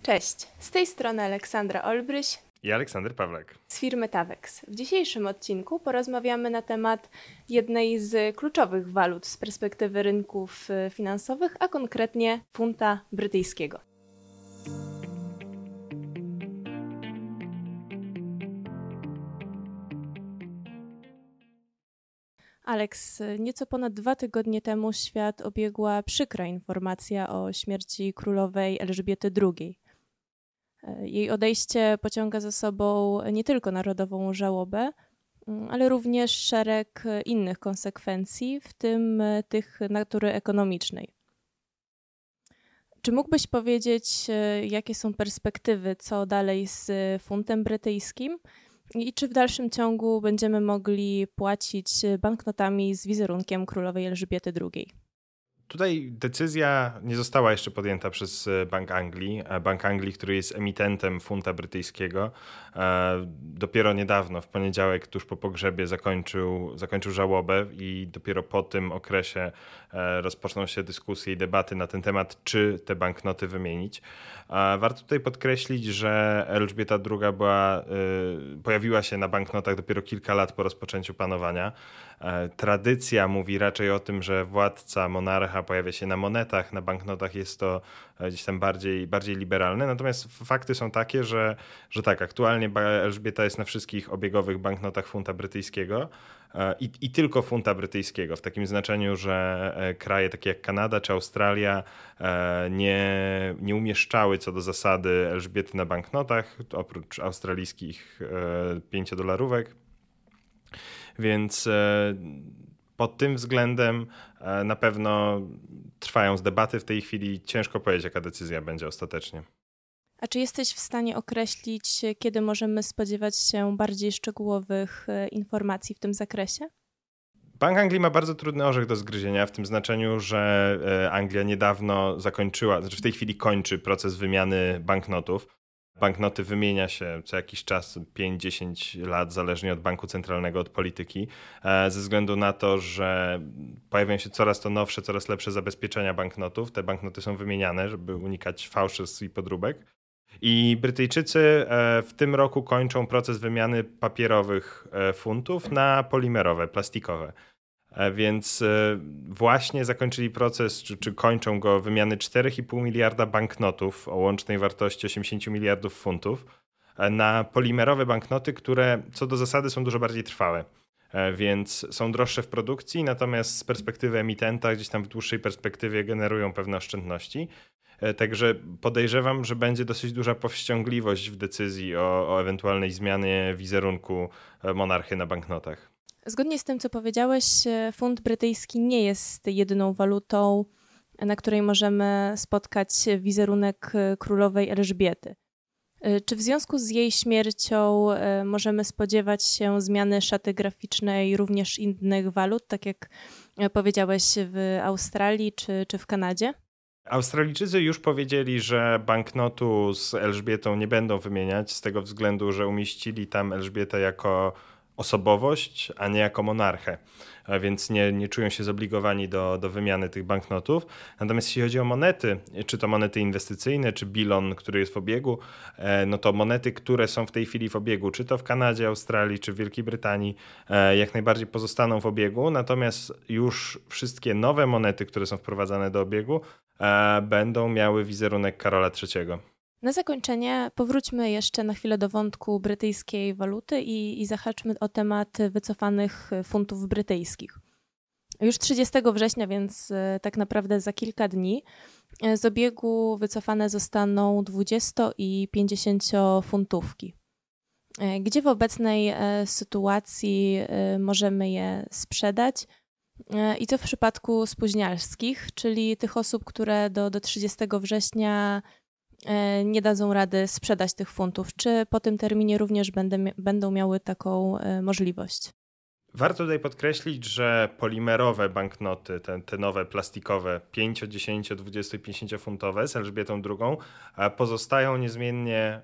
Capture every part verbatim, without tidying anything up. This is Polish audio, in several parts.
Cześć, z tej strony Aleksandra Olbryś i Aleksander Pawlak z firmy Tavex. W dzisiejszym odcinku porozmawiamy na temat jednej z kluczowych walut z perspektywy rynków finansowych, a konkretnie funta brytyjskiego. Aleks, nieco ponad dwa tygodnie temu świat obiegła przykra informacja o śmierci królowej Elżbiety drugiej. Jej odejście pociąga za sobą nie tylko narodową żałobę, ale również szereg innych konsekwencji, w tym tych natury ekonomicznej. Czy mógłbyś powiedzieć, jakie są perspektywy, co dalej z funtem brytyjskim i czy w dalszym ciągu będziemy mogli płacić banknotami z wizerunkiem królowej Elżbiety drugiej? Tutaj decyzja nie została jeszcze podjęta przez Bank Anglii. Bank Anglii, który jest emitentem funta brytyjskiego, dopiero niedawno, w poniedziałek, tuż po pogrzebie, zakończył, zakończył żałobę i dopiero po tym okresie rozpoczną się dyskusje i debaty na ten temat, czy te banknoty wymienić. Warto tutaj podkreślić, że Elżbieta druga była, pojawiła się na banknotach dopiero kilka lat po rozpoczęciu panowania. Tradycja mówi raczej o tym, że władca, monarcha pojawia się na monetach, na banknotach jest to gdzieś tam bardziej, bardziej liberalne. Natomiast fakty są takie, że, że tak, aktualnie Elżbieta jest na wszystkich obiegowych banknotach funta brytyjskiego i, i tylko funta brytyjskiego, w takim znaczeniu, że kraje takie jak Kanada czy Australia nie, nie umieszczały co do zasady Elżbiety na banknotach, oprócz australijskich pięciodolarówek. Więc pod tym względem na pewno trwają debaty w tej chwili. Ciężko powiedzieć, jaka decyzja będzie ostatecznie. A czy jesteś w stanie określić, kiedy możemy spodziewać się bardziej szczegółowych informacji w tym zakresie? Bank Anglii ma bardzo trudny orzech do zgryzienia w tym znaczeniu, że Anglia niedawno zakończyła, znaczy w tej chwili kończy proces wymiany banknotów. Banknoty wymienia się co jakiś czas, pięć do dziesięciu lat, zależnie od banku centralnego, od polityki, ze względu na to, że pojawiają się coraz to nowsze, coraz lepsze zabezpieczenia banknotów. Te banknoty są wymieniane, żeby unikać fałszerstw i podróbek. I Brytyjczycy w tym roku kończą proces wymiany papierowych funtów na polimerowe, plastikowe. Więc właśnie zakończyli proces, czy, czy kończą go, wymiany cztery i pół miliarda banknotów o łącznej wartości osiemdziesiąt miliardów funtów na polimerowe banknoty, które co do zasady są dużo bardziej trwałe. Więc są droższe w produkcji, natomiast z perspektywy emitenta gdzieś tam w dłuższej perspektywie generują pewne oszczędności. Także podejrzewam, że będzie dosyć duża powściągliwość w decyzji o, o ewentualnej zmianie wizerunku monarchy na banknotach. Zgodnie z tym, co powiedziałeś, funt brytyjski nie jest jedyną walutą, na której możemy spotkać wizerunek królowej Elżbiety. Czy w związku z jej śmiercią możemy spodziewać się zmiany szaty graficznej również innych walut, tak jak powiedziałeś w Australii czy, czy w Kanadzie? Australijczycy już powiedzieli, że banknotu z Elżbietą nie będą wymieniać z tego względu, że umieścili tam Elżbietę jako osobowość, a nie jako monarchę, więc nie, nie czują się zobligowani do, do wymiany tych banknotów. Natomiast jeśli chodzi o monety, czy to monety inwestycyjne, czy bilon, który jest w obiegu, no to monety, które są w tej chwili w obiegu, czy to w Kanadzie, Australii, czy w Wielkiej Brytanii, jak najbardziej pozostaną w obiegu, natomiast już wszystkie nowe monety, które są wprowadzane do obiegu, będą miały wizerunek Karola trzeciego. Na zakończenie powróćmy jeszcze na chwilę do wątku brytyjskiej waluty i, i zahaczmy o temat wycofanych funtów brytyjskich. Już trzydziestego września, więc tak naprawdę za kilka dni, z obiegu wycofane zostaną dwudziesto- i pięćdziesięciofuntówki. Gdzie w obecnej sytuacji możemy je sprzedać? I co w przypadku spóźnialskich, czyli tych osób, które do, do trzydziestego września nie dadzą rady sprzedać tych funtów? Czy po tym terminie również będę, będą miały taką możliwość? Warto tutaj podkreślić, że polimerowe banknoty, te, te nowe plastikowe pięć, dziesięć, dwadzieścia i pięćdziesięciofuntowe z Elżbietą drugą pozostają niezmiennie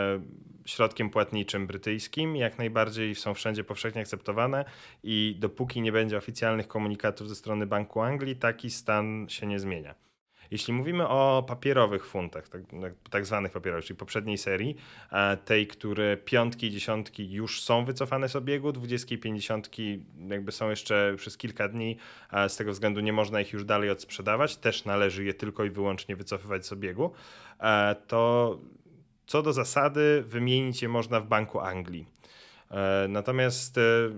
środkiem płatniczym brytyjskim, jak najbardziej są wszędzie powszechnie akceptowane i dopóki nie będzie oficjalnych komunikatów ze strony Banku Anglii, taki stan się nie zmienia. Jeśli mówimy o papierowych funtach, tak, tak zwanych papierowych, czyli poprzedniej serii, tej, które piątki i dziesiątki już są wycofane z obiegu, dwudziestki i pięćdziesiątki jakby są jeszcze przez kilka dni, z tego względu nie można ich już dalej odsprzedawać, też należy je tylko i wyłącznie wycofywać z obiegu, to co do zasady wymienić je można w Banku Anglii. Natomiast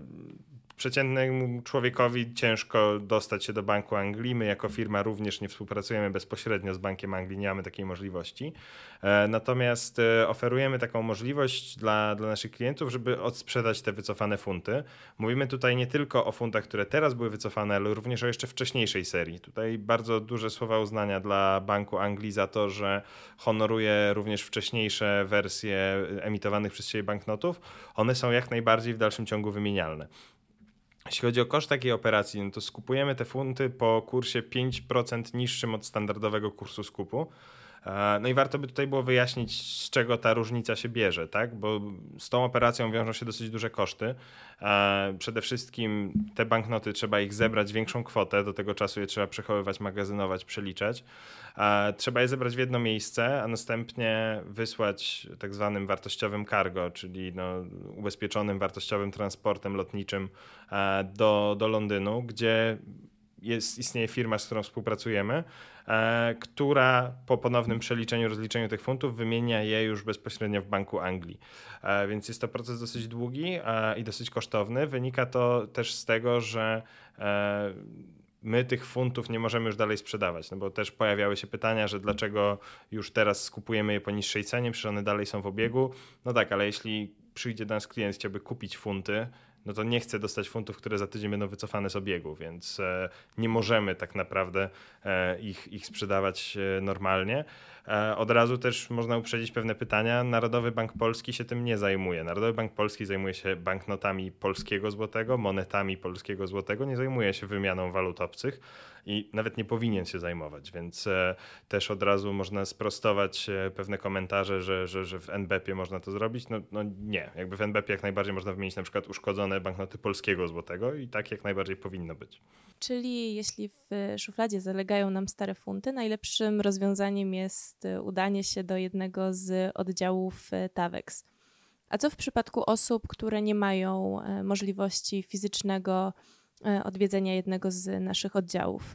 przeciętnemu człowiekowi ciężko dostać się do Banku Anglii. My jako firma również nie współpracujemy bezpośrednio z Bankiem Anglii, nie mamy takiej możliwości. Natomiast oferujemy taką możliwość dla, dla naszych klientów, żeby odsprzedać te wycofane funty. Mówimy tutaj nie tylko o funtach, które teraz były wycofane, ale również o jeszcze wcześniejszej serii. Tutaj bardzo duże słowa uznania dla Banku Anglii za to, że honoruje również wcześniejsze wersje emitowanych przez siebie banknotów. One są jak najbardziej w dalszym ciągu wymienialne. Jeśli chodzi o koszt takiej operacji, no to skupujemy te funty po kursie pięć procent niższym od standardowego kursu skupu. No i warto by tutaj było wyjaśnić, z czego ta różnica się bierze, tak? Bo z tą operacją wiążą się dosyć duże koszty. Przede wszystkim te banknoty trzeba ich zebrać większą kwotę, do tego czasu je trzeba przechowywać, magazynować, przeliczać. Trzeba je zebrać w jedno miejsce, a następnie wysłać tak zwanym wartościowym cargo, czyli no, ubezpieczonym wartościowym transportem lotniczym do, do Londynu, gdzie jest, istnieje firma, z którą współpracujemy, e, która po ponownym przeliczeniu, rozliczeniu tych funtów wymienia je już bezpośrednio w Banku Anglii. E, więc jest to proces dosyć długi e, i dosyć kosztowny. Wynika to też z tego, że e, my tych funtów nie możemy już dalej sprzedawać, no bo też pojawiały się pytania, że dlaczego już teraz skupujemy je po niższej cenie, przecież one dalej są w obiegu. No tak, ale jeśli przyjdzie do nas klient, chciałby kupić funty, no to nie chce dostać funtów, które za tydzień będą wycofane z obiegu, więc e, nie możemy tak naprawdę e, ich, ich sprzedawać e, normalnie. E, od razu też można uprzedzić pewne pytania. Narodowy Bank Polski się tym nie zajmuje. Narodowy Bank Polski zajmuje się banknotami polskiego złotego, monetami polskiego złotego, nie zajmuje się wymianą walut obcych i nawet nie powinien się zajmować, więc e, też od razu można sprostować e, pewne komentarze, że, że, że w en be pie można to zrobić. No, no nie, jakby w en be pie jak najbardziej można wymienić na przykład uszkodzone banknoty polskiego złotego i tak jak najbardziej powinno być. Czyli jeśli w szufladzie zalegają nam stare funty, najlepszym rozwiązaniem jest udanie się do jednego z oddziałów Tawex. A co w przypadku osób, które nie mają możliwości fizycznego odwiedzenia jednego z naszych oddziałów?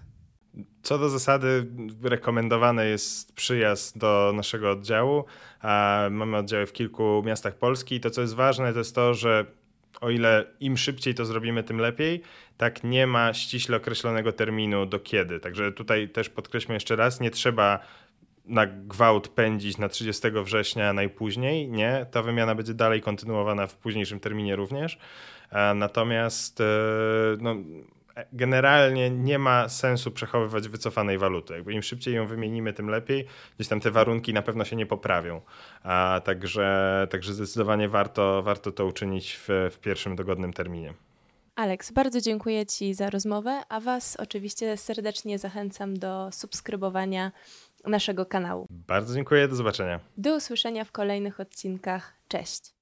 Co do zasady rekomendowany jest przyjazd do naszego oddziału. Mamy oddziały w kilku miastach Polski i to, co jest ważne, to jest to, że o ile im szybciej to zrobimy, tym lepiej, tak nie ma ściśle określonego terminu do kiedy. Także tutaj też podkreślmy jeszcze raz, nie trzeba na gwałt pędzić na trzydziestego września najpóźniej. Nie, ta wymiana będzie dalej kontynuowana w późniejszym terminie również. Natomiast no, generalnie nie ma sensu przechowywać wycofanej waluty. Jakby im szybciej ją wymienimy, tym lepiej. Gdzieś tam te warunki na pewno się nie poprawią. A także, także zdecydowanie warto, warto to uczynić w, w pierwszym dogodnym terminie. Aleks, bardzo dziękuję Ci za rozmowę, a Was oczywiście serdecznie zachęcam do subskrybowania naszego kanału. Bardzo dziękuję, do zobaczenia. Do usłyszenia w kolejnych odcinkach. Cześć!